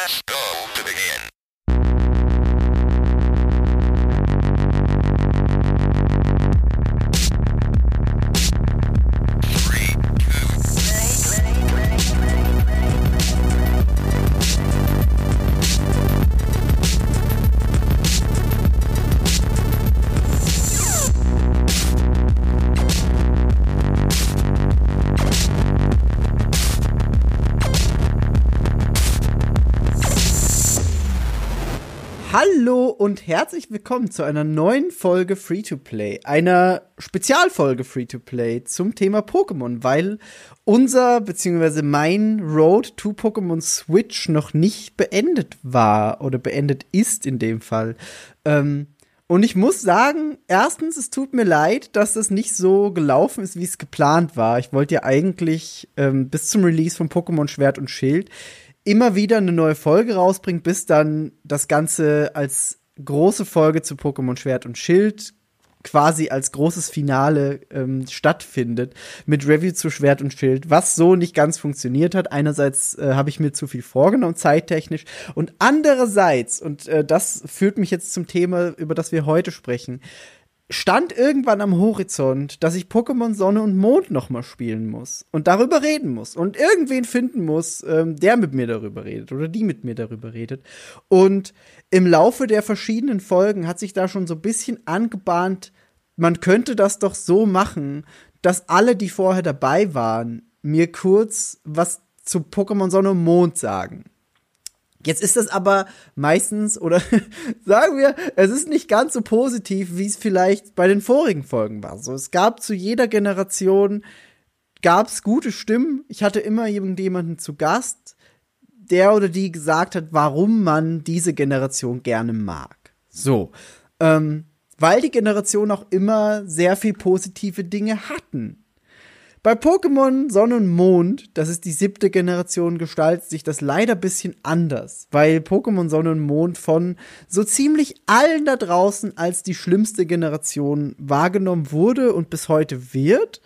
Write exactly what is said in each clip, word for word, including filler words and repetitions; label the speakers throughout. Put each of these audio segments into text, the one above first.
Speaker 1: Press go to begin.
Speaker 2: Hallo und herzlich willkommen zu einer neuen Folge Free-to-Play, einer Spezialfolge Free-to-Play zum Thema Pokémon, weil unser bzw. mein Road to Pokémon Switch noch nicht beendet war oder beendet ist in dem Fall. Ähm, und ich muss sagen, erstens, es tut mir leid, dass es nicht so gelaufen ist, wie es geplant war. Ich wollte ja eigentlich ähm, bis zum Release von Pokémon Schwert und Schild immer wieder eine neue Folge rausbringt, bis dann das Ganze als große Folge zu Pokémon Schwert und Schild quasi als großes Finale ähm, stattfindet mit Review zu Schwert und Schild, was so nicht ganz funktioniert hat. Einerseits äh, habe ich mir zu viel vorgenommen, zeittechnisch, und andererseits, und äh, das führt mich jetzt zum Thema, über das wir heute sprechen, stand irgendwann am Horizont, dass ich Pokémon Sonne und Mond noch mal spielen muss und darüber reden muss und irgendwen finden muss, ähm, der mit mir darüber redet oder die mit mir darüber redet. Und im Laufe der verschiedenen Folgen hat sich da schon so ein bisschen angebahnt, man könnte das doch so machen, dass alle, die vorher dabei waren, mir kurz was zu Pokémon Sonne und Mond sagen. Jetzt ist das aber meistens, oder sagen wir, es ist nicht ganz so positiv, wie es vielleicht bei den vorigen Folgen war. So, es gab zu jeder Generation, gab's gute Stimmen. Ich hatte immer jemanden zu Gast, der oder die gesagt hat, warum man diese Generation gerne mag. So, ähm, weil die Generation auch immer sehr viel positive Dinge hatten. Bei Pokémon Sonne und Mond, das ist die siebte Generation, gestaltet sich das leider ein bisschen anders, weil Pokémon Sonne und Mond von so ziemlich allen da draußen als die schlimmste Generation wahrgenommen wurde und bis heute wird.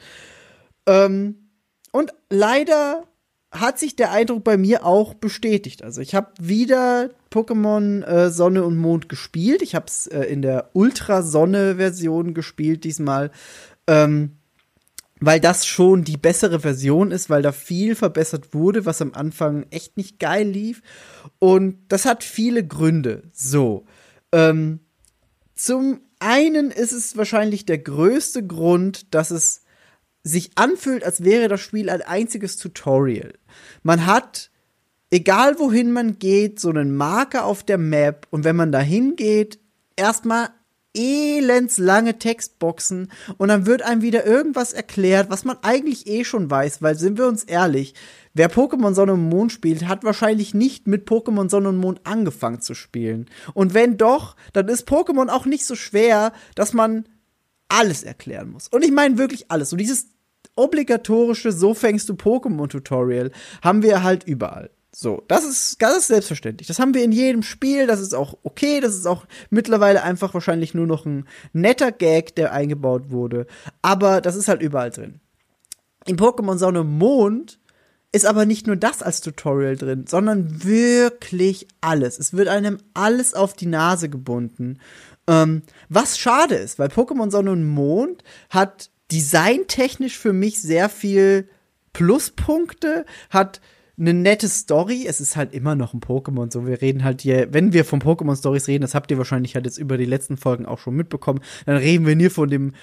Speaker 2: Ähm, und leider hat sich der Eindruck bei mir auch bestätigt. Also ich habe wieder Pokémon äh, Sonne und Mond gespielt. Ich habe es äh, in der Ultra-Sonne-Version gespielt diesmal. Ähm, Weil das schon die bessere Version ist, weil da viel verbessert wurde, was am Anfang echt nicht geil lief. Und das hat viele Gründe. So, ähm, zum einen ist es wahrscheinlich der größte Grund, dass es sich anfühlt, als wäre das Spiel ein einziges Tutorial. Man hat, egal wohin man geht, so einen Marker auf der Map. Und wenn man da hingeht, erstmal elendslange Textboxen und dann wird einem wieder irgendwas erklärt, was man eigentlich eh schon weiß, weil, sind wir uns ehrlich, wer Pokémon Sonne und Mond spielt, hat wahrscheinlich nicht mit Pokémon Sonne und Mond angefangen zu spielen. Und wenn doch, dann ist Pokémon auch nicht so schwer, dass man alles erklären muss. Und ich meine wirklich alles. Und dieses obligatorische So fängst du Pokémon-Tutorial haben wir halt überall. So, das ist, das ist selbstverständlich. Das haben wir in jedem Spiel, das ist auch okay, das ist auch mittlerweile einfach wahrscheinlich nur noch ein netter Gag, der eingebaut wurde. Aber das ist halt überall drin. In Pokémon Sonne und Mond ist aber nicht nur das als Tutorial drin, sondern wirklich alles. Es wird einem alles auf die Nase gebunden. Ähm, was schade ist, weil Pokémon Sonne und Mond hat designtechnisch für mich sehr viel Pluspunkte, hat eine nette Story. Es ist halt immer noch ein Pokémon, so, wir reden halt hier, wenn wir von Pokémon-Stories reden, das habt ihr wahrscheinlich halt jetzt über die letzten Folgen auch schon mitbekommen, dann reden wir nie von dem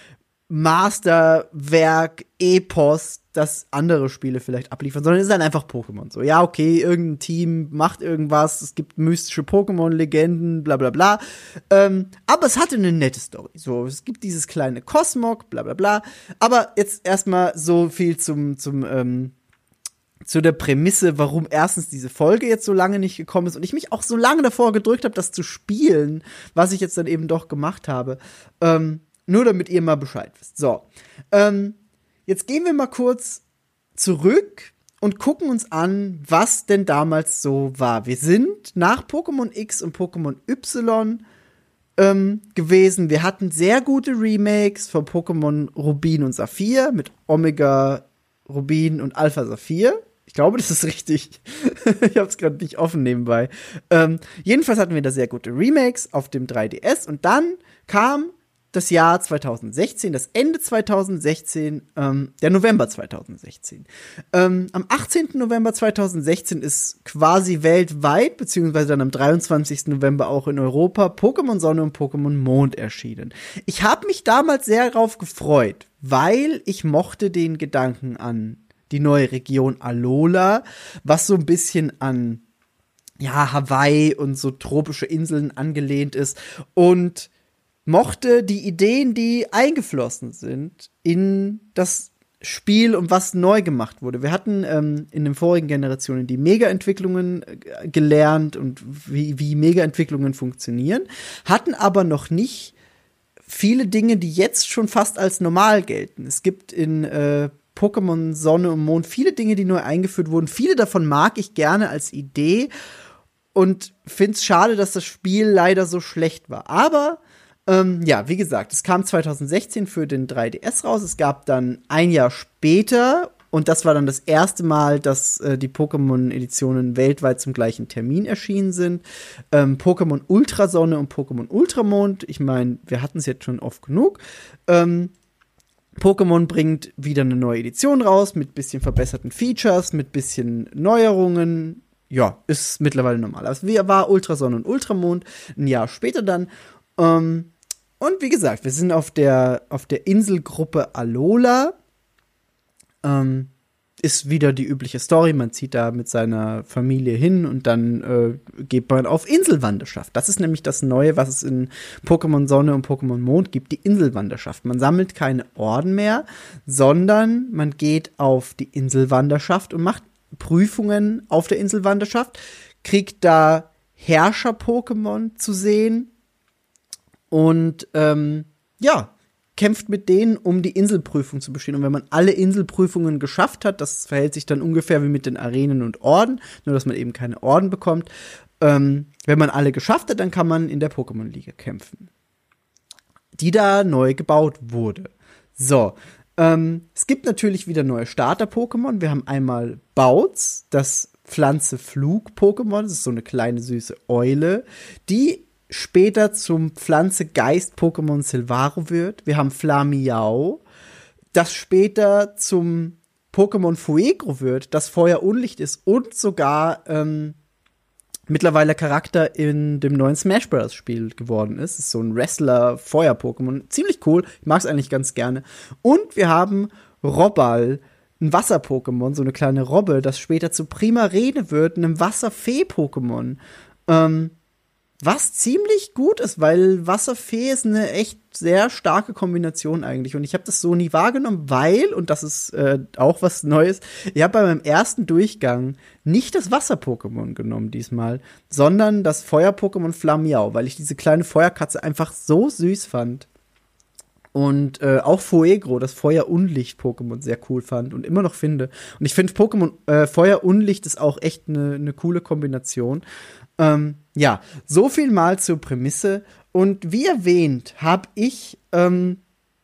Speaker 2: Masterwerk, Epos, das andere Spiele vielleicht abliefern, sondern es ist halt einfach Pokémon. So, ja, okay, irgendein Team macht irgendwas, es gibt mystische Pokémon-Legenden, bla bla bla. Ähm, aber es hatte eine nette Story. So, es gibt dieses kleine Cosmog, bla bla bla. Aber jetzt erstmal so viel zum, zum, ähm, zu der Prämisse, warum erstens diese Folge jetzt so lange nicht gekommen ist und ich mich auch so lange davor gedrückt habe, das zu spielen, was ich jetzt dann eben doch gemacht habe. Ähm, nur damit ihr mal Bescheid wisst. So, ähm, jetzt gehen wir mal kurz zurück und gucken uns an, was denn damals so war. Wir sind nach Pokémon X und Pokémon Y ähm, gewesen. Wir hatten sehr gute Remakes von Pokémon Rubin und Saphir mit Omega Rubin und Alpha Saphir. Ich glaube, das ist richtig. Ich habe es gerade nicht offen nebenbei. Ähm, jedenfalls hatten wir da sehr gute Remakes auf dem drei D S. Und dann kam das Jahr zwanzig sechzehn, das Ende zwanzig sechzehn, ähm, der November zwanzig sechzehn. Ähm, am achtzehnten November zwanzig sechzehn ist quasi weltweit, beziehungsweise dann am dreiundzwanzigsten November auch in Europa, Pokémon Sonne und Pokémon Mond erschienen. Ich habe mich damals sehr darauf gefreut, weil ich mochte den Gedanken an die neue Region Alola, was so ein bisschen an, ja, Hawaii und so tropische Inseln angelehnt ist und mochte die Ideen, die eingeflossen sind in das Spiel und was neu gemacht wurde. Wir hatten ähm, in den vorigen Generationen die Mega-Entwicklungen äh, gelernt und wie, wie Mega-Entwicklungen funktionieren, hatten aber noch nicht viele Dinge, die jetzt schon fast als normal gelten. Es gibt in äh, Pokémon Sonne und Mond viele Dinge, die neu eingeführt wurden. Viele davon mag ich gerne als Idee und find's schade, dass das Spiel leider so schlecht war. Aber ähm, ja, wie gesagt, es kam zwanzig sechzehn für den drei D S raus. Es gab dann ein Jahr später, und das war dann das erste Mal, dass äh, die Pokémon-Editionen weltweit zum gleichen Termin erschienen sind. Ähm, Pokémon Ultrasonne und Pokémon Ultramond. Ich meine, wir hatten es jetzt schon oft genug. Ähm, Pokémon bringt wieder eine neue Edition raus mit bisschen verbesserten Features, mit bisschen Neuerungen. Ja, ist mittlerweile normal. Also wir war Ultrasonne und Ultramond ein Jahr später dann. Ähm, und wie gesagt, wir sind auf der auf der Inselgruppe Alola. Ähm, ist wieder die übliche Story. Man zieht da mit seiner Familie hin und dann äh, geht man auf Inselwanderschaft. Das ist nämlich das Neue, was es in Pokémon Sonne und Pokémon Mond gibt, die Inselwanderschaft. Man sammelt keine Orden mehr, sondern man geht auf die Inselwanderschaft und macht Prüfungen auf der Inselwanderschaft, kriegt da Herrscher-Pokémon zu sehen und ähm, ja, kämpft mit denen, um die Inselprüfung zu bestehen. Und wenn man alle Inselprüfungen geschafft hat, das verhält sich dann ungefähr wie mit den Arenen und Orden, nur dass man eben keine Orden bekommt. Ähm, wenn man alle geschafft hat, dann kann man in der Pokémon-Liga kämpfen, die da neu gebaut wurde. So, ähm, es gibt natürlich wieder neue Starter-Pokémon. Wir haben einmal Bautz, das Pflanze-Flug-Pokémon. Das ist so eine kleine süße Eule, die später zum Pflanze-Geist-Pokémon Silvaro wird. Wir haben Flamiau, das später zum Pokémon Fuegro wird, das Feuer und Licht ist und sogar ähm, mittlerweile Charakter in dem neuen Smash Bros. Spiel geworden ist. Das ist so ein Wrestler-Feuer-Pokémon. Ziemlich cool. Ich mag es eigentlich ganz gerne. Und wir haben Robbal, ein Wasser-Pokémon, so eine kleine Robbe, das später zu Primarene wird, einem Wasserfee-Pokémon. Ähm, Was ziemlich gut ist, weil Wasserfee ist eine echt sehr starke Kombination eigentlich. Und ich habe das so nie wahrgenommen, weil, und das ist äh, auch was Neues, ich habe bei meinem ersten Durchgang nicht das Wasser-Pokémon genommen diesmal, sondern das Feuer-Pokémon Flamiau, weil ich diese kleine Feuerkatze einfach so süß fand. Und äh, auch Fuegro, das Feuer-Unlicht-Pokémon, sehr cool fand und immer noch finde. Und ich finde Pokémon äh, Feuer-Unlicht ist auch echt eine ne coole Kombination. Ähm, ja, so viel mal zur Prämisse. Und wie erwähnt, habe ich ähm,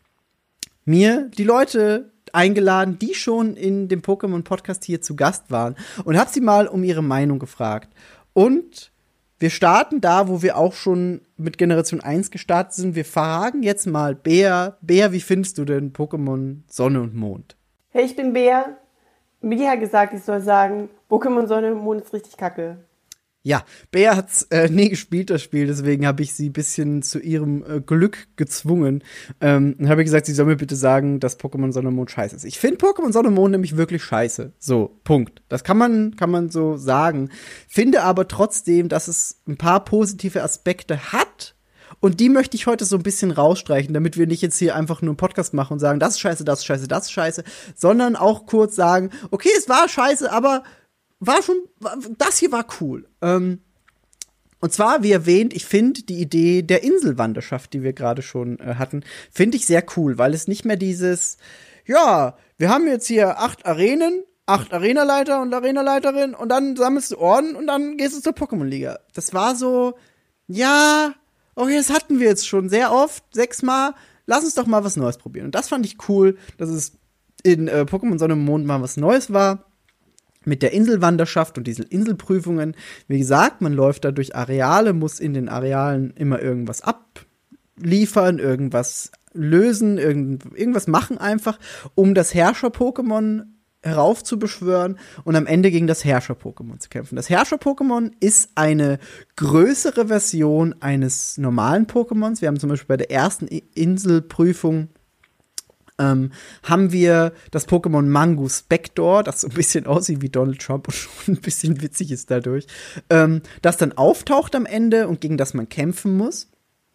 Speaker 2: mir die Leute eingeladen, die schon in dem Pokémon-Podcast hier zu Gast waren und habe sie mal um ihre Meinung gefragt. Und wir starten da, wo wir auch schon mit Generation eins gestartet sind. Wir fragen jetzt mal Bea. Bea, wie findest du denn Pokémon Sonne und Mond?
Speaker 1: Hey, ich bin Bea. Migi hat gesagt, ich soll sagen, Pokémon Sonne und Mond ist richtig kacke.
Speaker 2: Ja, Bea hat's äh, nie gespielt, das Spiel, deswegen habe ich sie ein bisschen zu ihrem äh, Glück gezwungen. Ähm, und habe gesagt, sie soll mir bitte sagen, dass Pokémon Sonne und Mond scheiße ist. Ich finde Pokémon Sonne und Mond nämlich wirklich scheiße. So, Punkt. Das kann man, kann man so sagen. Finde aber trotzdem, dass es ein paar positive Aspekte hat. Und die möchte ich heute so ein bisschen rausstreichen, damit wir nicht jetzt hier einfach nur einen Podcast machen und sagen, das ist scheiße, das ist scheiße, das ist scheiße, sondern auch kurz sagen, okay, es war scheiße, aber war schon, das hier war cool. Ähm, und zwar, wie erwähnt, ich finde die Idee der Inselwanderschaft, die wir gerade schon äh, hatten, finde ich sehr cool, weil es nicht mehr dieses, ja, wir haben jetzt hier acht Arenen, acht Arenaleiter und Arenaleiterin und dann sammelst du Orden und dann gehst du zur Pokémon-Liga. Das war so, ja, okay, das hatten wir jetzt schon sehr oft, sechsmal, lass uns doch mal was Neues probieren. Und das fand ich cool, dass es in äh, Pokémon Sonne und Mond mal was Neues war. mit der Inselwanderschaft und diesen Inselprüfungen. Wie gesagt, man läuft da durch Areale, muss in den Arealen immer irgendwas abliefern, irgendwas lösen, irgend, irgendwas machen einfach, um das Herrscher-Pokémon heraufzubeschwören und am Ende gegen das Herrscher-Pokémon zu kämpfen. Das Herrscher-Pokémon ist eine größere Version eines normalen Pokémons. Wir haben zum Beispiel bei der ersten Inselprüfung ähm, haben wir das Pokémon Manguspector, das so ein bisschen aussieht wie Donald Trump und schon ein bisschen witzig ist dadurch, ähm, das dann auftaucht am Ende und gegen das man kämpfen muss.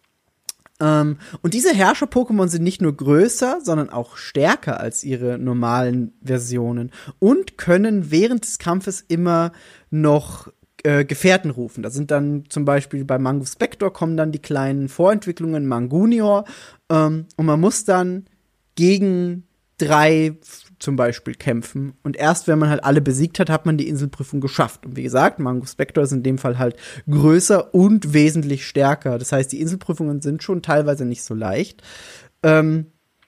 Speaker 2: Ähm, und diese Herrscher-Pokémon sind nicht nur größer, sondern auch stärker als ihre normalen Versionen und können während des Kampfes immer noch äh, Gefährten rufen. Da sind dann zum Beispiel bei Manguspector kommen dann die kleinen Vorentwicklungen Mangunior ähm, und man muss dann gegen drei zum Beispiel kämpfen. Und erst wenn man halt alle besiegt hat, hat man die Inselprüfung geschafft. Und wie gesagt, Manguspector ist in dem Fall halt größer und wesentlich stärker. Das heißt, die Inselprüfungen sind schon teilweise nicht so leicht. Ähm,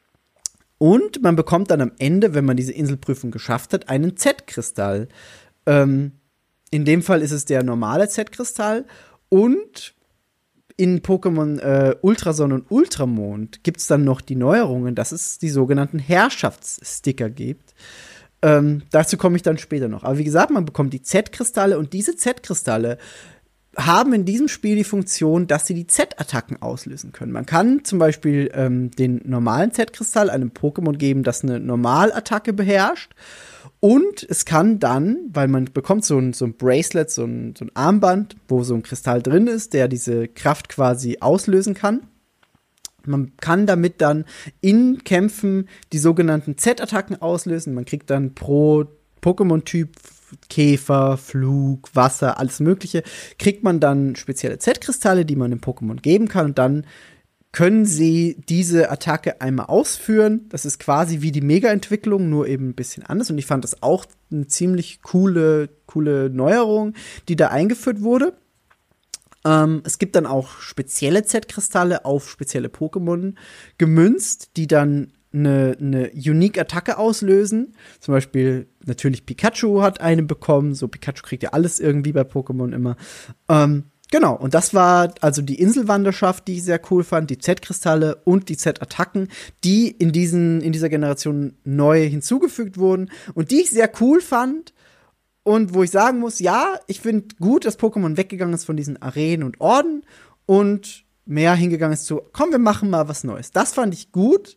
Speaker 2: und man bekommt dann am Ende, wenn man diese Inselprüfung geschafft hat, einen Z-Kristall. Ähm, in dem Fall ist es der normale Z-Kristall. Und in Pokémon äh, Ultrasonne und Ultramond gibt es dann noch die Neuerungen, dass es die sogenannten Herrschaftssticker gibt. Ähm, dazu komme ich dann später noch. Aber wie gesagt, man bekommt die Z-Kristalle und diese Z-Kristalle haben in diesem Spiel die Funktion, dass sie die Z-Attacken auslösen können. Man kann zum Beispiel ähm, den normalen Z-Kristall einem Pokémon geben, das eine Normalattacke beherrscht. Und es kann dann, weil man bekommt so ein, so ein Bracelet, so ein, so ein Armband, wo so ein Kristall drin ist, der diese Kraft quasi auslösen kann. Man kann damit dann in Kämpfen die sogenannten Z-Attacken auslösen. Man kriegt dann pro Pokémon-Typ Käfer, Flug, Wasser, alles Mögliche, kriegt man dann spezielle Z-Kristalle, die man dem Pokémon geben kann. Und dann können sie diese Attacke einmal ausführen. Das ist quasi wie die Mega-Entwicklung, nur eben ein bisschen anders. Und ich fand das auch eine ziemlich coole, coole Neuerung, die da eingeführt wurde. Ähm, es gibt dann auch spezielle Z-Kristalle auf spezielle Pokémon gemünzt, die dann eine, eine Unique-Attacke auslösen. Zum Beispiel natürlich Pikachu hat eine bekommen. So, Pikachu kriegt ja alles irgendwie bei Pokémon immer. Ähm, Genau, und das war also die Inselwanderschaft, die ich sehr cool fand, die Z-Kristalle und die Z-Attacken, die in diesen in dieser Generation neu hinzugefügt wurden und die ich sehr cool fand und wo ich sagen muss, ja, ich finde gut, dass Pokémon weggegangen ist von diesen Arenen und Orden und mehr hingegangen ist zu, komm, wir machen mal was Neues. Das fand ich gut,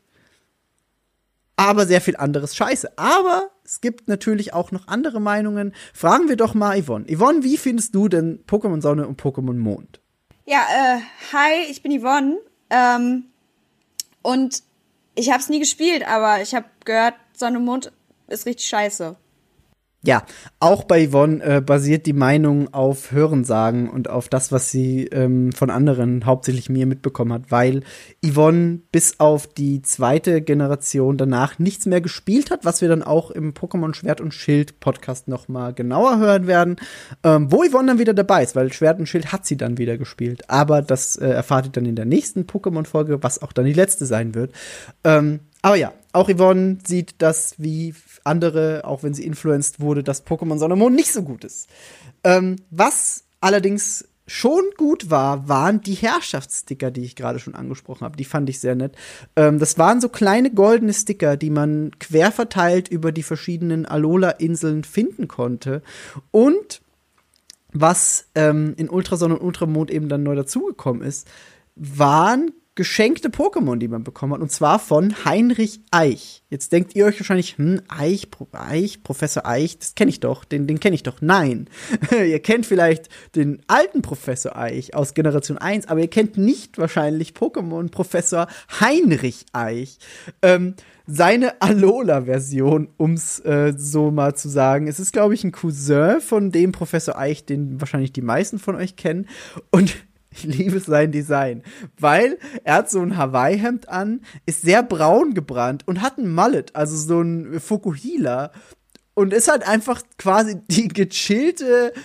Speaker 2: aber sehr viel anderes scheiße. Aber es gibt natürlich auch noch andere Meinungen. Fragen wir doch mal Yvonne. Yvonne, wie findest du denn Pokémon Sonne und Pokémon Mond?
Speaker 3: Ja, äh, hi, ich bin Yvonne. Ähm, und ich hab's nie gespielt, aber ich habe gehört, Sonne und Mond ist richtig scheiße.
Speaker 2: Ja, auch bei Yvonne äh, basiert die Meinung auf Hörensagen und auf das, was sie ähm, von anderen, hauptsächlich mir, mitbekommen hat, weil Yvonne bis auf die zweite Generation danach nichts mehr gespielt hat, was wir dann auch im Pokémon Schwert und Schild Podcast noch mal genauer hören werden, ähm, wo Yvonne dann wieder dabei ist, weil Schwert und Schild hat sie dann wieder gespielt, aber das äh, erfahrt ihr dann in der nächsten Pokémon-Folge, was auch dann die letzte sein wird. Ähm, aber ja, auch Yvonne sieht das wie andere, auch wenn sie influenced wurde, dass Pokémon Sonne und Mond nicht so gut ist. Ähm, was allerdings schon gut war, waren die Herrschaftssticker, die ich gerade schon angesprochen habe. Die fand ich sehr nett. Ähm, das waren so kleine goldene Sticker, die man quer verteilt über die verschiedenen Alola-Inseln finden konnte. Und was ähm, in Ultrasonne und Ultramond eben dann neu dazugekommen ist, waren geschenkte Pokémon, die man bekommen hat, und zwar von Heinrich Eich. Jetzt denkt ihr euch wahrscheinlich, hm, Eich, Pro Eich, Professor Eich, das kenne ich doch, den, den kenne ich doch. Nein, ihr kennt vielleicht den alten Professor Eich aus Generation eins, aber ihr kennt nicht wahrscheinlich Pokémon-Professor Heinrich Eich. Ähm, seine Alola-Version, um's äh, so mal zu sagen. Es ist, glaube ich, ein Cousin von dem Professor Eich, den wahrscheinlich die meisten von euch kennen. Und ich liebe sein Design, weil er hat so ein Hawaii-Hemd an, ist sehr braun gebrannt und hat ein Mullet, also so ein Fukuhila, und ist halt einfach quasi die gechillte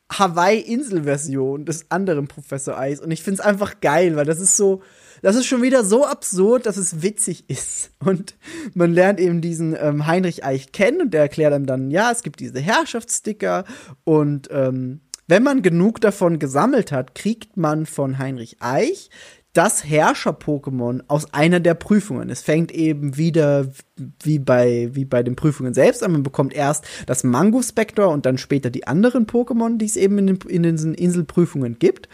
Speaker 2: Hawaii-Insel-Version des anderen Professor Eis. Und ich find's einfach geil, weil das ist so, das ist schon wieder so absurd, dass es witzig ist. Und man lernt eben diesen ähm, Heinrich Eich kennen und der erklärt einem dann, ja, es gibt diese Herrschaftssticker und ähm, wenn man genug davon gesammelt hat, kriegt man von Heinrich Eich das Herrscher-Pokémon aus einer der Prüfungen. Es fängt eben wieder wie bei, wie bei den Prüfungen selbst an. Man bekommt erst das Manguspektor und dann später die anderen Pokémon, die es eben in den, in den Inselprüfungen gibt.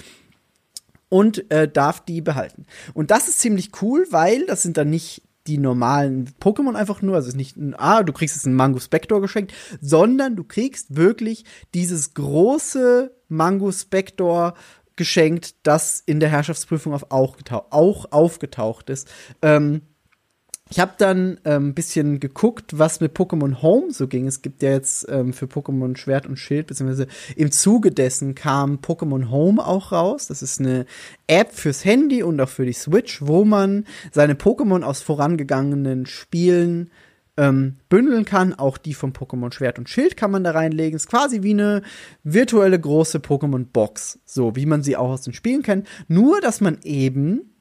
Speaker 2: Und äh, darf die behalten. Und das ist ziemlich cool, weil das sind dann nicht die normalen Pokémon einfach nur, also es ist nicht ein, ah, du kriegst jetzt einen Manguspektor geschenkt, sondern du kriegst wirklich dieses große Manguspektor geschenkt, das in der Herrschaftsprüfung auf auch, auch aufgetaucht ist. Ähm, ich habe dann ein ähm, bisschen geguckt, was mit Pokémon Home so ging. Es gibt ja jetzt ähm, für Pokémon Schwert und Schild, beziehungsweise im Zuge dessen kam Pokémon Home auch raus. Das ist eine App fürs Handy und auch für die Switch, wo man seine Pokémon aus vorangegangenen Spielen Ähm, bündeln kann. Auch die von Pokémon Schwert und Schild kann man da reinlegen. Ist quasi wie eine virtuelle große Pokémon-Box, so wie man sie auch aus den Spielen kennt. Nur, dass man eben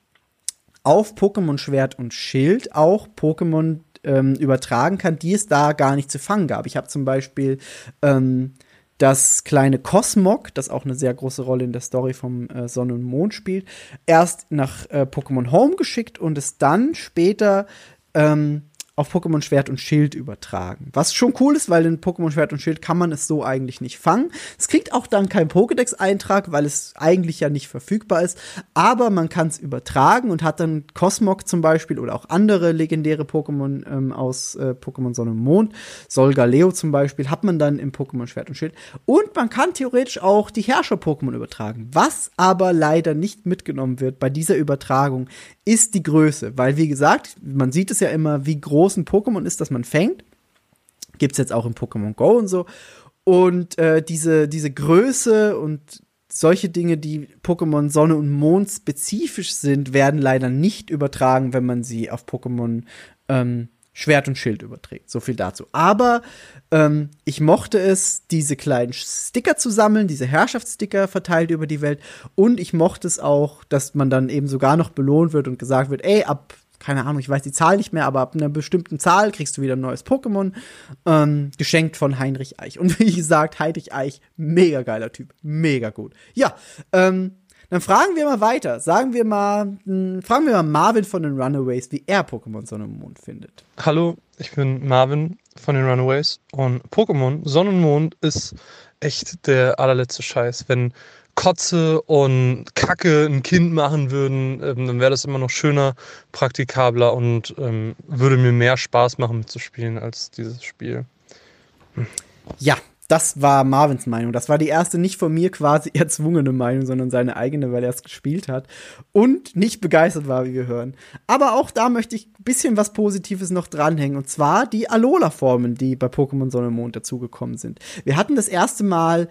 Speaker 2: auf Pokémon Schwert und Schild auch Pokémon ähm, übertragen kann, die es da gar nicht zu fangen gab. Ich habe zum Beispiel ähm, das kleine Cosmog, das auch eine sehr große Rolle in der Story vom äh, Sonne und Mond spielt, erst nach äh, Pokémon Home geschickt und es dann später ähm, auf Pokémon Schwert und Schild übertragen. Was schon cool ist, weil in Pokémon Schwert und Schild kann man es so eigentlich nicht fangen. Es kriegt auch dann keinen Pokédex-Eintrag, weil es eigentlich ja nicht verfügbar ist. Aber man kann es übertragen und hat dann Cosmog zum Beispiel oder auch andere legendäre Pokémon ähm, aus äh, Pokémon Sonne und Mond. Solgaleo zum Beispiel hat man dann im Pokémon Schwert und Schild. Und man kann theoretisch auch die Herrscher-Pokémon übertragen. Was aber leider nicht mitgenommen wird bei dieser Übertragung, ist die Größe. Weil, wie gesagt, man sieht es ja immer, wie groß ein Pokémon ist, das man fängt. Gibt's jetzt auch im Pokémon Go und so. Und äh, diese, diese Größe und solche Dinge, die Pokémon Sonne und Mond spezifisch sind, werden leider nicht übertragen, wenn man sie auf Pokémon ähm, Schwert und Schild überträgt. So viel dazu. Aber ähm, ich mochte es, diese kleinen Sticker zu sammeln, diese Herrschaftssticker verteilt über die Welt. Und ich mochte es auch, dass man dann eben sogar noch belohnt wird und gesagt wird, ey, ab keine Ahnung, ich weiß die Zahl nicht mehr, aber ab einer bestimmten Zahl kriegst du wieder ein neues Pokémon, ähm, geschenkt von Heinrich Eich. Und wie gesagt, Heinrich Eich, mega geiler Typ, mega gut. Ja, ähm, dann fragen wir mal weiter. Sagen wir mal, mh, fragen wir mal Marvin von den Runaways, wie er Pokémon Sonne und Mond findet.
Speaker 4: Hallo, ich bin Marvin von den Runaways und Pokémon Sonne und Mond ist echt der allerletzte Scheiß. Wenn Kotze und Kacke ein Kind machen würden, ähm, dann wäre das immer noch schöner, praktikabler und ähm, würde mir mehr Spaß machen mitzuspielen als dieses Spiel. Hm.
Speaker 2: Ja, das war Marvins Meinung. Das war die erste nicht von mir quasi erzwungene Meinung, sondern seine eigene, weil er es gespielt hat und nicht begeistert war, wie wir hören. Aber auch da möchte ich ein bisschen was Positives noch dranhängen, und zwar die Alola-Formen, die bei Pokémon Sonne und Mond dazugekommen sind. Wir hatten das erste Mal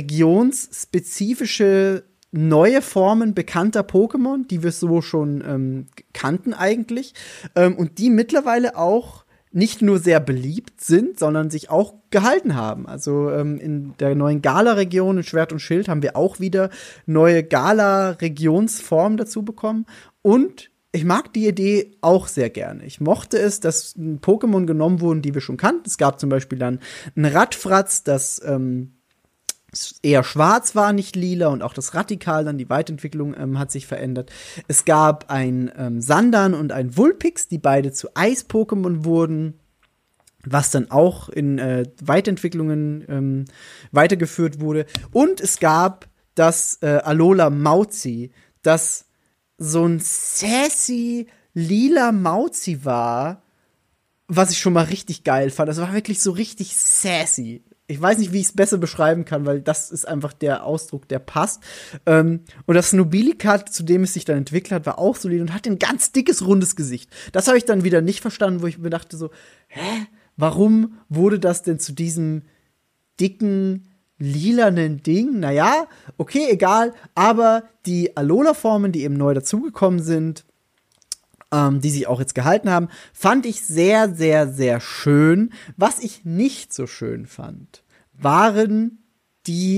Speaker 2: regionsspezifische neue Formen bekannter Pokémon, die wir so schon ähm, kannten eigentlich, ähm, und die mittlerweile auch nicht nur sehr beliebt sind, sondern sich auch gehalten haben. Also ähm, in der neuen Gala-Region in Schwert und Schild haben wir auch wieder neue Gala-Regionsformen dazu bekommen. Und ich mag die Idee auch sehr gerne. Ich mochte es, dass Pokémon genommen wurden, die wir schon kannten. Es gab zum Beispiel dann ein Radfratz, das ähm, eher schwarz war, nicht lila, und auch das Radikal, dann die Weiterentwicklung ähm, hat sich verändert. Es gab ein ähm, Sandan und ein Vulpix, die beide zu Eis-Pokémon wurden, was dann auch in äh, Weiterentwicklungen ähm, weitergeführt wurde. Und es gab das äh, Alola Mauzi, das so ein sassy lila Mauzi war, was ich schon mal richtig geil fand. Das war wirklich so richtig sassy. Ich weiß nicht, wie ich es besser beschreiben kann, weil das ist einfach der Ausdruck, der passt. Ähm, und das Nobilicat, zu dem es sich dann entwickelt hat, war auch solid und hat ein ganz dickes, rundes Gesicht. Das habe ich dann wieder nicht verstanden, wo ich mir dachte so, hä, warum wurde das denn zu diesem dicken, lilanen Ding? Naja, okay, egal. Aber die Alola-Formen, die eben neu dazugekommen sind, Ähm, die sich auch jetzt gehalten haben, fand ich sehr, sehr, sehr schön. Was ich nicht so schön fand, waren die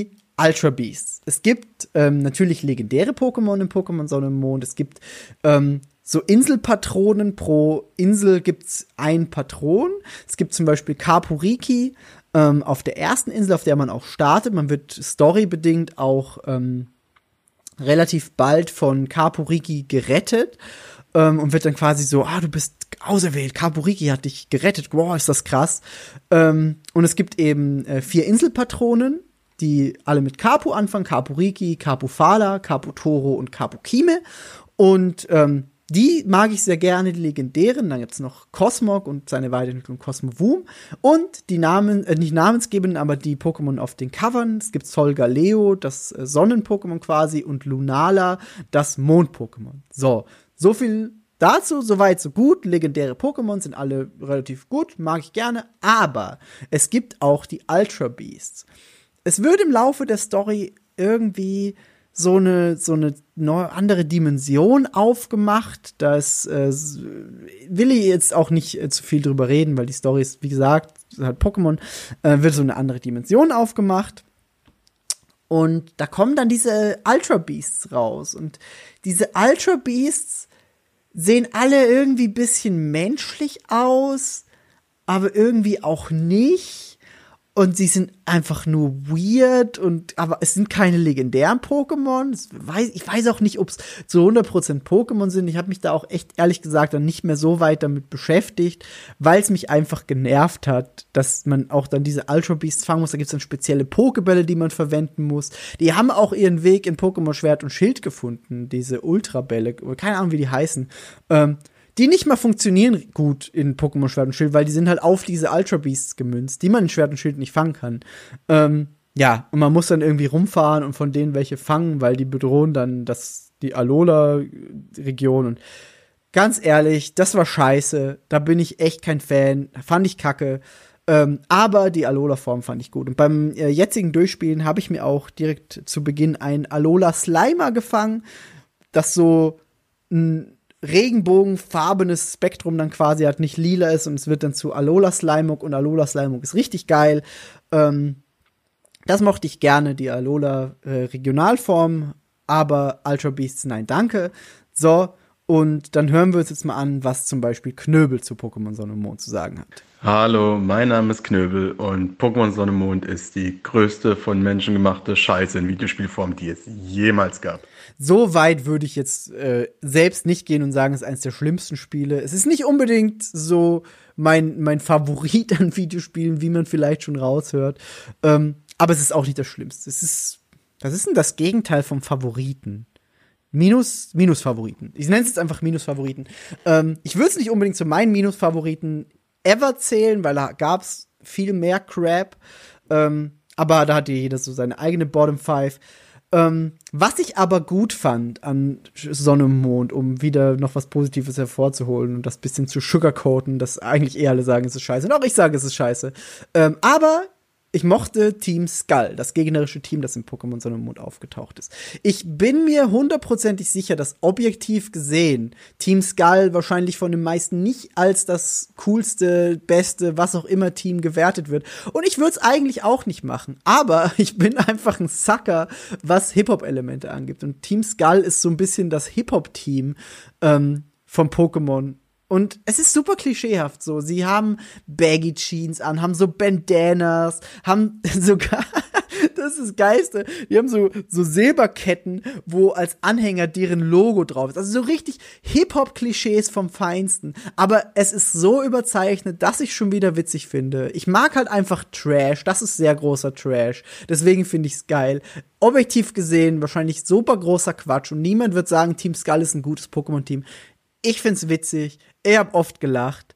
Speaker 2: Ultra Beasts. Es gibt ähm, natürlich legendäre Pokémon in Pokémon Sonne und Mond. Es gibt ähm, so Inselpatronen. Pro Insel gibt's ein Patron. Es gibt zum Beispiel Kapuriki ähm, auf der ersten Insel, auf der man auch startet. Man wird storybedingt auch ähm, relativ bald von Kapuriki gerettet ähm, und wird dann quasi so, ah, du bist auserwählt, Kapuriki hat dich gerettet, wow, ist das krass. Ähm, und es gibt eben äh, vier Inselpatronen, die alle mit Kapu anfangen, Kapuriki, Kapufala, Kaputoro und Kapukime. Und ähm, die mag ich sehr gerne, die legendären. Dann gibt's noch Cosmog und seine Weiterentwicklung Cosmovoom. Und die Namen, äh, nicht namensgebenden, aber die Pokémon auf den Covern. Es gibt Solgaleo, das äh, Sonnen-Pokémon quasi, und Lunala, das Mond-Pokémon. So, so viel dazu, soweit, so gut. Legendäre Pokémon sind alle relativ gut, mag ich gerne. Aber es gibt auch die Ultra Beasts. Es wird im Laufe der Story irgendwie so eine so eine neue, andere Dimension aufgemacht. Das äh, will ich jetzt auch nicht äh, zu viel drüber reden, weil die Story ist, wie gesagt, halt Pokémon, äh, wird so eine andere Dimension aufgemacht. Und da kommen dann diese Ultra Beasts raus. Und diese Ultra Beasts sehen alle irgendwie ein bisschen menschlich aus, aber irgendwie auch nicht. Und sie sind einfach nur weird, und aber es sind keine legendären Pokémon. Es weiß, ich weiß auch nicht, ob es zu hundert Prozent Pokémon sind. Ich habe mich da auch echt, ehrlich gesagt, dann nicht mehr so weit damit beschäftigt, weil es mich einfach genervt hat, dass man auch dann diese Ultra Beasts fangen muss. Da gibt es dann spezielle Pokébälle, die man verwenden muss. Die haben auch ihren Weg in Pokémon Schwert und Schild gefunden, diese Ultrabälle. Keine Ahnung, wie die heißen. Ähm, die nicht mal funktionieren gut in Pokémon Schwert und Schild, weil die sind halt auf diese Ultra Beasts gemünzt, die man in Schwert und Schild nicht fangen kann. Ähm, ja, und man muss dann irgendwie rumfahren und von denen welche fangen, weil die bedrohen dann das, die Alola-Region. Und ganz ehrlich, das war scheiße. Da bin ich echt kein Fan. Fand ich kacke. Ähm, aber die Alola-Form fand ich gut. Und beim äh, jetzigen Durchspielen habe ich mir auch direkt zu Beginn ein Alola-Slimer gefangen, das so ein regenbogenfarbenes Spektrum dann quasi hat, nicht lila ist, und es wird dann zu Alola Slimeock, und Alola Slimeock ist richtig geil. Ähm, das mochte ich gerne, die Alola äh, Regionalform, aber Ultra Beasts, nein, danke. So, und dann hören wir uns jetzt mal an, was zum Beispiel Knöbel zu Pokémon Sonne und Mond zu sagen hat.
Speaker 5: Hallo, mein Name ist Knöbel und Pokémon Sonne und Mond ist die größte von Menschen gemachte Scheiße in Videospielform, die es jemals gab.
Speaker 2: So weit würde ich jetzt äh, selbst nicht gehen und sagen, es ist eines der schlimmsten Spiele. Es ist nicht unbedingt so mein, mein Favorit an Videospielen, wie man vielleicht schon raushört. Ähm, aber es ist auch nicht das Schlimmste. Es ist, was ist denn das Gegenteil vom Favoriten? Minus, Minus-Favoriten. Ich nenne es jetzt einfach Minus-Favoriten. Ähm, ich würde es nicht unbedingt zu meinen Minus-Favoriten ever zählen, weil da gab's viel mehr Crap. Ähm, aber da hatte jeder so seine eigene Bottom Five. Ähm, was ich aber gut fand an Sonne und Mond, um wieder noch was Positives hervorzuholen und das bisschen zu sugarcoaten, dass eigentlich eher alle sagen, es ist scheiße. Und auch ich sage, es ist scheiße. Ähm, aber ich mochte Team Skull, das gegnerische Team, das in Pokémon Sonne und Mond aufgetaucht ist. Ich bin mir hundertprozentig sicher, dass objektiv gesehen Team Skull wahrscheinlich von den meisten nicht als das coolste, beste, was auch immer Team gewertet wird. Und ich würde es eigentlich auch nicht machen. Aber ich bin einfach ein Sucker, was Hip-Hop-Elemente angibt. Und Team Skull ist so ein bisschen das Hip-Hop-Team ähm, vom Pokémon. Und es ist super klischeehaft so. Sie haben Baggy Jeans an, haben so Bandanas, haben sogar, das ist das Geilste, die haben so, so Silberketten, wo als Anhänger deren Logo drauf ist. Also so richtig Hip-Hop-Klischees vom Feinsten. Aber es ist so überzeichnet, dass ich schon wieder witzig finde. Ich mag halt einfach Trash. Das ist sehr großer Trash. Deswegen finde ich es geil. Objektiv gesehen wahrscheinlich super großer Quatsch. Und niemand wird sagen, Team Skull ist ein gutes Pokémon-Team. Ich find's witzig. Ich hab oft gelacht.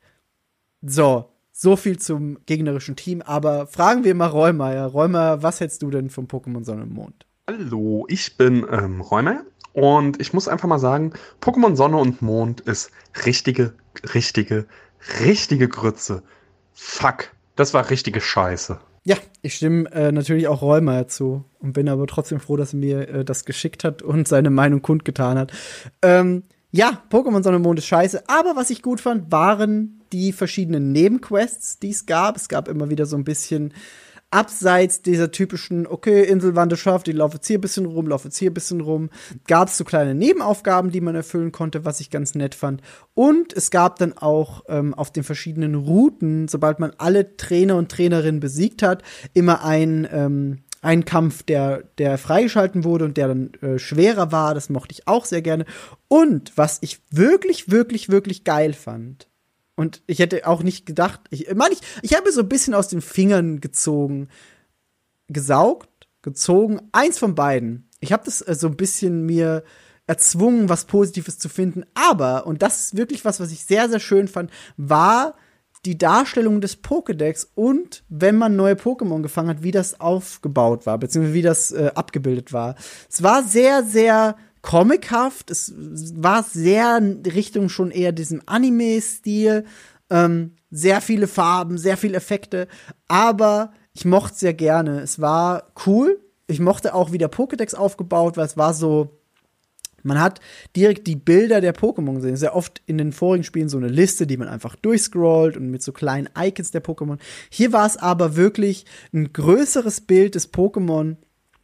Speaker 2: So, so viel zum gegnerischen Team. Aber fragen wir mal Rollmeier. Rollmeier, was hältst du denn vom Pokémon Sonne und Mond?
Speaker 6: Hallo, ich bin ähm, Rollmeier. Und ich muss einfach mal sagen, Pokémon Sonne und Mond ist richtige, richtige, richtige Grütze. Fuck, das war richtige Scheiße.
Speaker 2: Ja, ich stimme äh, natürlich auch Rollmeier zu. Und bin aber trotzdem froh, dass er mir äh, das geschickt hat und seine Meinung kundgetan hat. Ähm, Ja, Pokémon Sonne und Mond ist scheiße, aber was ich gut fand, waren die verschiedenen Nebenquests, die es gab. Es gab immer wieder so ein bisschen abseits dieser typischen, okay, Inselwanderschaft, ich laufe jetzt hier ein bisschen rum, laufe jetzt hier ein bisschen rum, gab es so kleine Nebenaufgaben, die man erfüllen konnte, was ich ganz nett fand. Und es gab dann auch ähm, auf den verschiedenen Routen, sobald man alle Trainer und Trainerinnen besiegt hat, immer ein ähm, ein Kampf, der, der freigeschalten wurde und der dann äh, schwerer war. Das mochte ich auch sehr gerne. Und was ich wirklich, wirklich, wirklich geil fand, und ich hätte auch nicht gedacht, ich meine, ich, ich habe so ein bisschen aus den Fingern gezogen, gesaugt, gezogen, eins von beiden. Ich habe das äh, so ein bisschen mir erzwungen, was Positives zu finden. Aber, und das ist wirklich was, was ich sehr, sehr schön fand, war die Darstellung des Pokédex und wenn man neue Pokémon gefangen hat, wie das aufgebaut war, beziehungsweise wie das äh, abgebildet war. Es war sehr, sehr comichaft, es war sehr in Richtung schon eher diesem Anime-Stil, ähm, sehr viele Farben, sehr viele Effekte, aber ich mochte es sehr gerne. Es war cool. Ich mochte auch, wie der Pokédex aufgebaut war. Es war so, man hat direkt die Bilder der Pokémon gesehen. Sehr oft in den vorigen Spielen so eine Liste, die man einfach durchscrollt und mit so kleinen Icons der Pokémon. Hier war es aber wirklich ein größeres Bild des Pokémon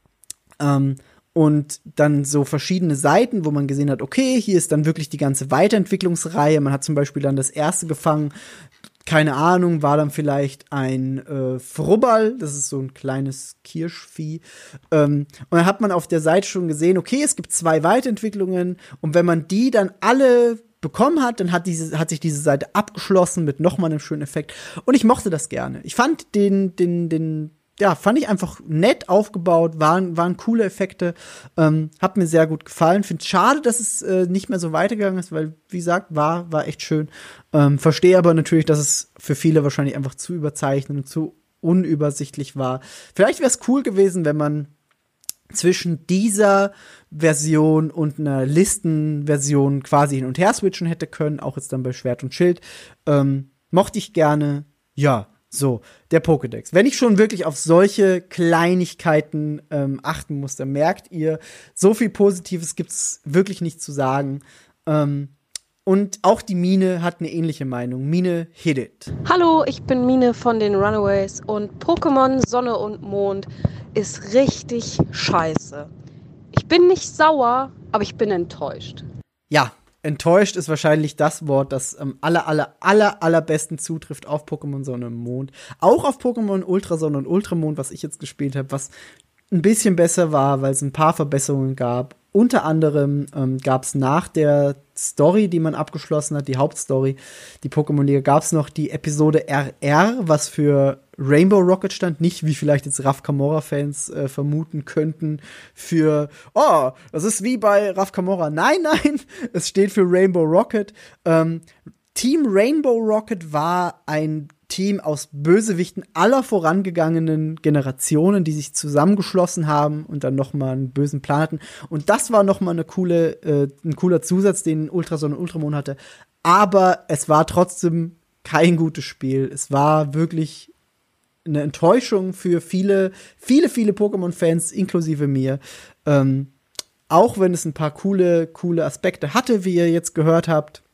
Speaker 2: ähm, und dann so verschiedene Seiten, wo man gesehen hat, okay, hier ist dann wirklich die ganze Weiterentwicklungsreihe. Man hat zum Beispiel dann das erste gefangen, keine Ahnung, war dann vielleicht ein äh, Frubberl, das ist so ein kleines Kirschvieh. Ähm, und dann hat man auf der Seite schon gesehen, okay, es gibt zwei Weiterentwicklungen und wenn man die dann alle bekommen hat, dann hat, diese, hat sich diese Seite abgeschlossen mit nochmal einem schönen Effekt. Und ich mochte das gerne. Ich fand den, den, den, ja, fand ich einfach nett aufgebaut, waren, waren coole Effekte, ähm, hat mir sehr gut gefallen. Finde es schade, dass es äh, nicht mehr so weitergegangen ist, weil, wie gesagt, war, war echt schön. Ähm, verstehe aber natürlich, dass es für viele wahrscheinlich einfach zu überzeichnet und zu unübersichtlich war. Vielleicht wäre es cool gewesen, wenn man zwischen dieser Version und einer Listenversion quasi hin und her switchen hätte können, auch jetzt dann bei Schwert und Schild. Ähm, mochte ich gerne, ja. So, der Pokédex. Wenn ich schon wirklich auf solche Kleinigkeiten ähm, achten muss, dann merkt ihr, so viel Positives gibt's wirklich nicht zu sagen. Ähm, und auch die Mine hat eine ähnliche Meinung. Mine, hit it.
Speaker 7: Hallo, ich bin Mine von den Runaways und Pokémon Sonne und Mond ist richtig scheiße. Ich bin nicht sauer, aber ich bin enttäuscht.
Speaker 2: Ja. Enttäuscht ist wahrscheinlich das Wort, das am aller, aller, aller, allerbesten zutrifft auf Pokémon Sonne und Mond. Auch auf Pokémon Ultrasonne und Ultramond, was ich jetzt gespielt habe, was ein bisschen besser war, weil es ein paar Verbesserungen gab. Unter anderem ähm, gab es nach der Story, die man abgeschlossen hat, die Hauptstory, die Pokémon-Liga, gab es noch die Episode R R, was für Rainbow Rocket stand, nicht wie vielleicht jetzt Raf Kamora-Fans äh, vermuten könnten für, oh, das ist wie bei Raf Kamora. Nein, nein, es steht für Rainbow Rocket. Ähm, Team Rainbow Rocket war ein Team aus Bösewichten aller vorangegangenen Generationen, die sich zusammengeschlossen haben und dann noch mal einen bösen Plan hatten. Und das war noch mal eine coole, äh, ein cooler Zusatz, den Ultrasonne und Ultramond hatte. Aber es war trotzdem kein gutes Spiel. Es war wirklich eine Enttäuschung für viele, viele, viele Pokémon-Fans, inklusive mir. Ähm, auch wenn es ein paar coole, coole Aspekte hatte, wie ihr jetzt gehört habt.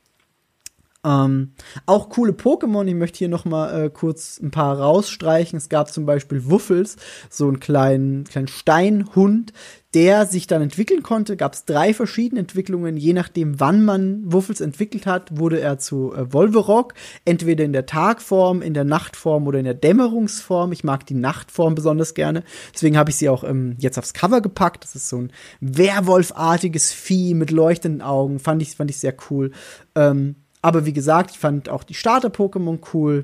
Speaker 2: Ähm, auch coole Pokémon, ich möchte hier noch mal äh, kurz ein paar rausstreichen. Es gab zum Beispiel Wuffels, so einen kleinen, kleinen Steinhund, der sich dann entwickeln konnte. Gab es drei verschiedene Entwicklungen, je nachdem, wann man Wuffels entwickelt hat, wurde er zu äh, Volverock, entweder in der Tagform, in der Nachtform oder in der Dämmerungsform. Ich mag die Nachtform besonders gerne, deswegen habe ich sie auch ähm, jetzt aufs Cover gepackt. Das ist so ein Werwolfartiges Vieh mit leuchtenden Augen, fand ich, fand ich sehr cool. Ähm, Aber wie gesagt, ich fand auch die Starter-Pokémon cool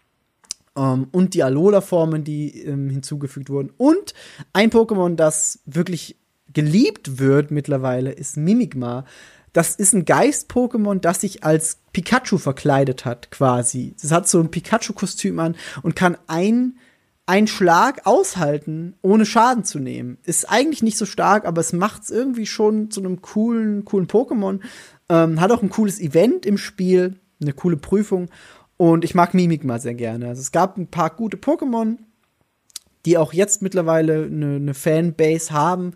Speaker 2: ähm, und die Alola-Formen, die ähm, hinzugefügt wurden. Und ein Pokémon, das wirklich geliebt wird mittlerweile, ist Mimikma. Das ist ein Geist-Pokémon, das sich als Pikachu verkleidet hat, quasi. Es hat so ein Pikachu-Kostüm an und kann ein einen Schlag aushalten, ohne Schaden zu nehmen. Ist eigentlich nicht so stark, aber es macht es irgendwie schon zu einem coolen, coolen Pokémon. Ähm, hat auch ein cooles Event im Spiel, eine coole Prüfung. Und ich mag Mimikma sehr gerne. Also es gab ein paar gute Pokémon, die auch jetzt mittlerweile eine, eine Fanbase haben.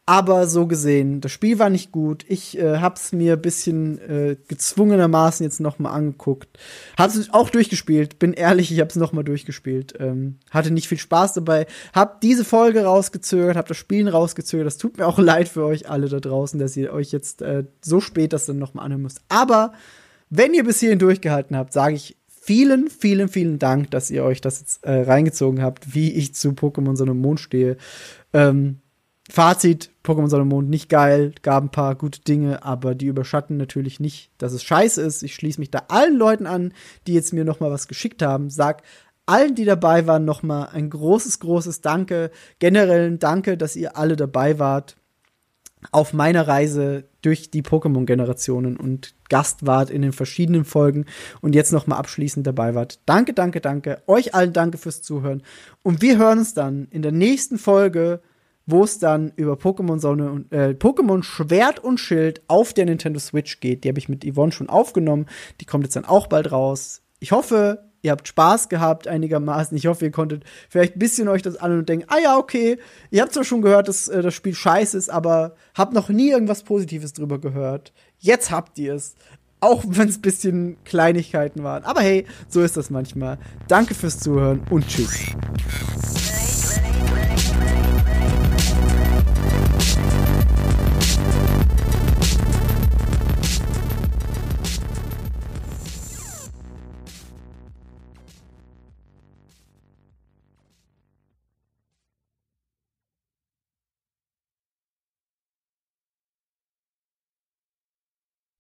Speaker 2: Aber so gesehen, das Spiel war nicht gut. Ich äh, hab's mir ein bisschen äh, gezwungenermaßen jetzt noch mal angeguckt. Hab's auch durchgespielt. Bin ehrlich, ich hab's noch mal durchgespielt. Ähm, hatte nicht viel Spaß dabei. Hab diese Folge rausgezögert, hab das Spielen rausgezögert. Das tut mir auch leid für euch alle da draußen, dass ihr euch jetzt äh, so spät das dann noch mal anhören müsst. Aber wenn ihr bis hierhin durchgehalten habt, sage ich vielen, vielen, vielen Dank, dass ihr euch das jetzt äh, reingezogen habt, wie ich zu Pokémon Sonne und Mond stehe. Ähm, Fazit, Pokémon Sonne und Mond nicht geil, gab ein paar gute Dinge, aber die überschatten natürlich nicht, dass es scheiße ist. Ich schließe mich da allen Leuten an, die jetzt mir noch mal was geschickt haben. Sag allen, die dabei waren, noch mal ein großes, großes Danke. Generell ein Danke, dass ihr alle dabei wart auf meiner Reise durch die Pokémon-Generationen und Gast wart in den verschiedenen Folgen und jetzt noch mal abschließend dabei wart. Danke, danke, danke. Euch allen danke fürs Zuhören. Und wir hören uns dann in der nächsten Folge, wo es dann über Pokémon Sonne und äh, Pokémon Schwert und Schild auf der Nintendo Switch geht. Die habe ich mit Yvonne schon aufgenommen. Die kommt jetzt dann auch bald raus. Ich hoffe, ihr habt Spaß gehabt einigermaßen. Ich hoffe, ihr konntet vielleicht ein bisschen euch das an und denken, ah ja, okay, ihr habt zwar schon gehört, dass äh, das Spiel scheiße ist, aber habt noch nie irgendwas Positives drüber gehört. Jetzt habt ihr es. Auch wenn es ein bisschen Kleinigkeiten waren. Aber hey, so ist das manchmal. Danke fürs Zuhören und tschüss.